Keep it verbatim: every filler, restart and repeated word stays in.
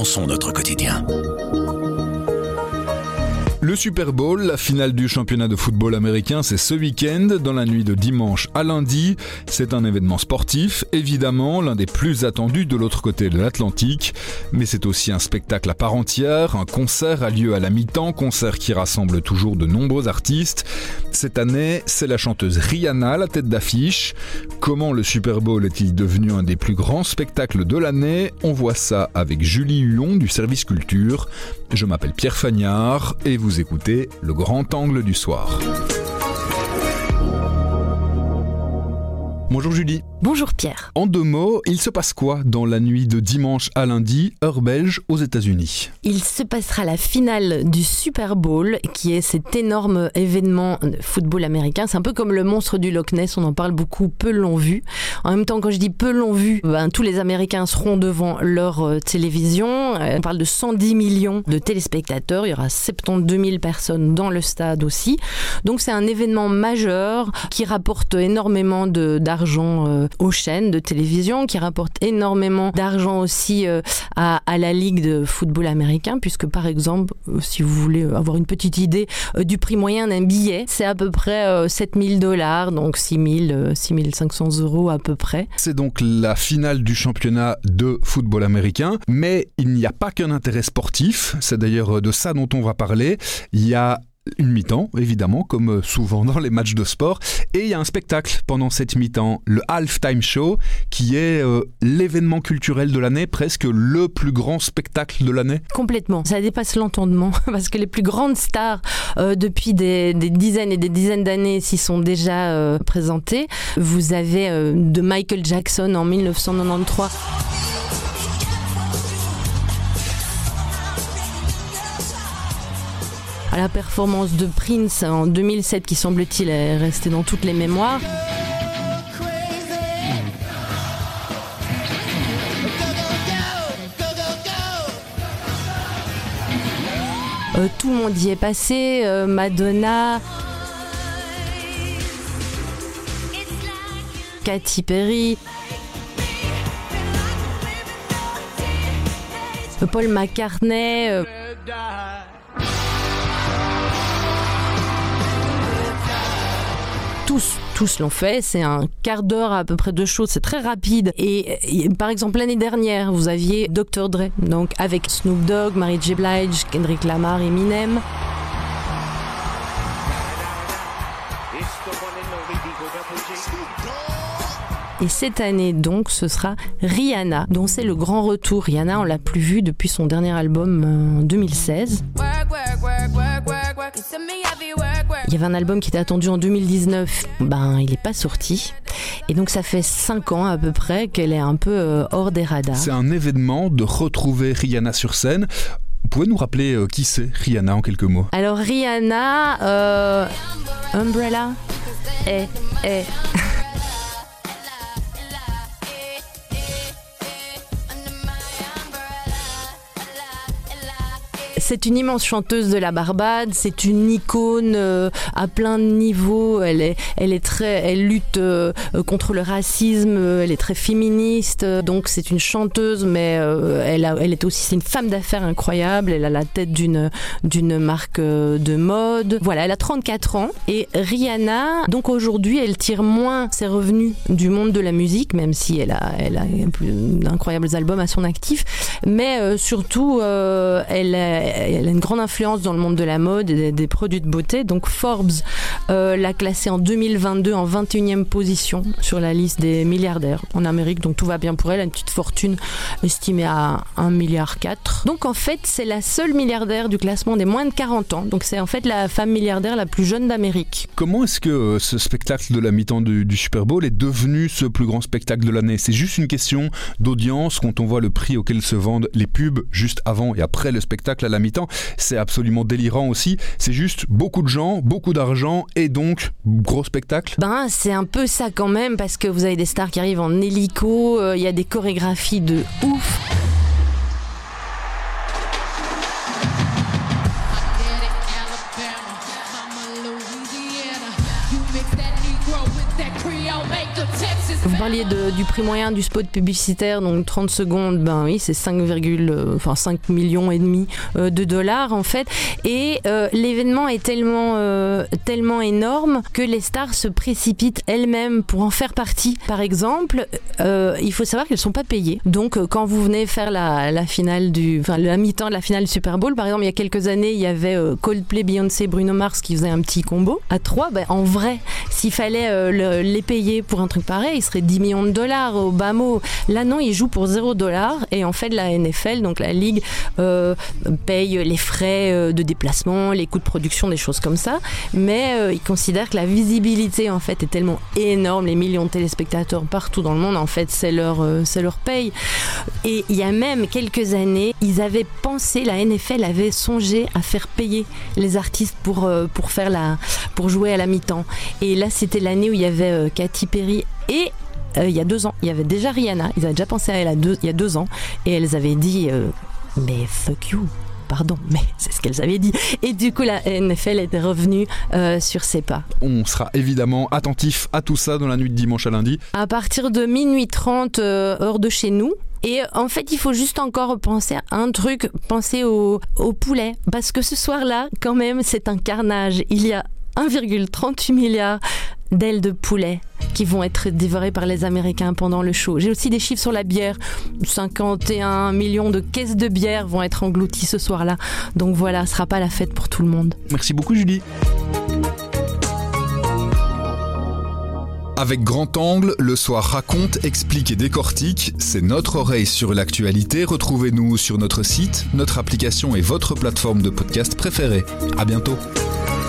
influençons notre quotidien. Le Super Bowl, la finale du championnat de football américain, c'est ce week-end, dans la nuit de dimanche à lundi. C'est un événement sportif, évidemment, l'un des plus attendus de l'autre côté de l'Atlantique. Mais c'est aussi un spectacle à part entière. Un concert a lieu à la mi-temps, concert qui rassemble toujours de nombreux artistes. Cette année, c'est la chanteuse Rihanna, la tête d'affiche. Comment le Super Bowl est-il devenu un des plus grands spectacles de l'année ? On voit ça avec Julie Huon du service culture. Je m'appelle Pierre Fagnard et vous écoutez Le Grand Angle du Soir. Bonjour Julie. Bonjour Pierre. En deux mots, il se passe quoi dans la nuit de dimanche à lundi, heure belge, aux États-Unis ? Il se passera la finale du Super Bowl, qui est cet énorme événement de football américain. C'est un peu comme le monstre du Loch Ness, on en parle beaucoup, peu l'ont vu. En même temps, quand je dis peu l'ont vu, ben, tous les Américains seront devant leur euh, télévision. On parle de cent dix millions de téléspectateurs, il y aura soixante-douze mille personnes dans le stade aussi. Donc c'est un événement majeur qui rapporte énormément de, d'argent euh, aux chaînes de télévision, qui rapporte énormément d'argent aussi euh, à, à la Ligue de football américain, puisque par exemple, euh, si vous voulez avoir une petite idée euh, du prix moyen d'un billet, c'est à peu près euh, sept mille dollars, donc six mille, euh, six mille cinq cents euros à peu près. C'est donc la finale du championnat de football américain, mais il n'y a pas qu'un intérêt sportif, c'est d'ailleurs de ça dont on va parler. Il y a une mi-temps, évidemment, comme souvent dans les matchs de sport. Et il y a un spectacle pendant cette mi-temps, le Halftime Show, qui est euh, l'événement culturel de l'année, presque le plus grand spectacle de l'année. Complètement. Ça dépasse l'entendement, parce que les plus grandes stars, euh, depuis des, des dizaines et des dizaines d'années, s'y sont déjà euh, présentées. Vous avez euh, de Michael Jackson en dix-neuf cent quatre-vingt-treize. À la performance de Prince en deux mille sept, qui semble-t-il est restée dans toutes les mémoires. Euh, tout le monde y est passé, euh, Madonna, Katy Perry, euh, Paul McCartney. Euh, Tous, tous l'ont fait, c'est un quart d'heure à peu près de show, c'est très rapide. Et, et par exemple l'année dernière, vous aviez docteur Dre, donc avec Snoop Dogg, Mary J. Blige, Kendrick Lamar, Eminem. Et cette année donc, ce sera Rihanna, dont c'est le grand retour. Rihanna, on l'a plus vue depuis son dernier album en euh, deux mille seize. Il y avait un album qui était attendu en deux mille dix-neuf, ben il n'est pas sorti. Et donc ça fait cinq ans à peu près qu'elle est un peu euh, hors des radars. C'est un événement de retrouver Rihanna sur scène. Vous pouvez nous rappeler euh, qui c'est Rihanna en quelques mots ? Alors Rihanna, euh, Umbrella, est... est... C'est une immense chanteuse de la Barbade, c'est une icône euh, à plein de niveaux. Elle est, elle est très, elle lutte euh, contre le racisme, elle est très féministe. Donc c'est une chanteuse, mais euh, elle, a, elle est aussi c'est une femme d'affaires incroyable. Elle a la tête d'une d'une marque de mode. Voilà, elle a trente-quatre ans et Rihanna. Donc aujourd'hui, elle tire moins ses revenus du monde de la musique, même si elle a, elle a d'incroyables albums à son actif. Mais euh, surtout, euh, elle a Elle a une grande influence dans le monde de la mode et des, des produits de beauté. Donc Forbes euh, l'a classée en deux mille vingt-deux en vingt et unième position sur la liste des milliardaires en Amérique. Donc tout va bien pour elle. Elle a une petite fortune estimée à un virgule quatre milliard. Donc en fait, c'est la seule milliardaire du classement des moins de quarante ans. Donc c'est en fait la femme milliardaire la plus jeune d'Amérique. Comment est-ce que ce spectacle de la mi-temps du, du Super Bowl est devenu ce plus grand spectacle de l'année ? C'est juste une question d'audience quand on voit le prix auquel se vendent les pubs juste avant et après le spectacle à la mi-temps, c'est absolument délirant aussi. C'est juste beaucoup de gens, beaucoup d'argent et donc gros spectacle. Ben c'est un peu ça quand même, parce que vous avez des stars qui arrivent en hélico, il euh, y a des chorégraphies de ouf. Louisiana. You mix that Negro with that Creole. Vous parliez de, du prix moyen du spot publicitaire, donc trente secondes, ben oui, c'est cinq, enfin cinq millions et demi euh, de dollars en fait. Et euh, l'événement est tellement, euh, tellement énorme que les stars se précipitent elles-mêmes pour en faire partie. Par exemple, euh, il faut savoir qu'elles ne sont pas payées. Donc euh, quand vous venez faire la, la finale du, enfin la mi-temps de la finale du Super Bowl, par exemple, il y a quelques années, il y avait euh, Coldplay, Beyoncé, Bruno Mars qui faisaient un petit combo à trois. Ben, en vrai, s'il fallait euh, le, les payer pour un truc pareil, il serait dix millions de dollars au bas mot. Là non, ils jouent pour zéro dollar et en fait la N F L, donc la ligue, euh, paye les frais de déplacement, les coûts de production, des choses comme ça, mais euh, ils considèrent que la visibilité en fait est tellement énorme, les millions de téléspectateurs partout dans le monde, en fait c'est leur, euh, c'est leur paye. Et il y a même quelques années, ils avaient pensé, la N F L avait songé à faire payer les artistes pour, euh, pour, faire la, pour jouer à la mi-temps. Et là c'était l'année où il y avait euh, Katy Perry et Euh, il y a deux ans, il y avait déjà Rihanna, ils avaient déjà pensé à elle à deux, il y a deux ans, et elles avaient dit euh, mais fuck you, pardon, mais c'est ce qu'elles avaient dit. Et du coup, la N F L était revenue euh, sur ses pas. On sera évidemment attentif à tout ça dans la nuit de dimanche à lundi. À partir de minuit trente, euh, heure de chez nous. Et en fait, il faut juste encore penser à un truc, penser au, au poulet. Parce que ce soir-là, quand même, c'est un carnage. Il y a un virgule trente-huit milliard d'ailes de poulet qui vont être dévorées par les Américains pendant le show. J'ai aussi des chiffres sur la bière. cinquante et un millions de caisses de bière vont être englouties ce soir-là. Donc voilà, ce sera pas la fête pour tout le monde. Merci beaucoup Julie. Avec Grand Angle, le soir raconte, explique et décortique. C'est notre oreille sur l'actualité. Retrouvez-nous sur notre site, notre application et votre plateforme de podcast préférée. À bientôt.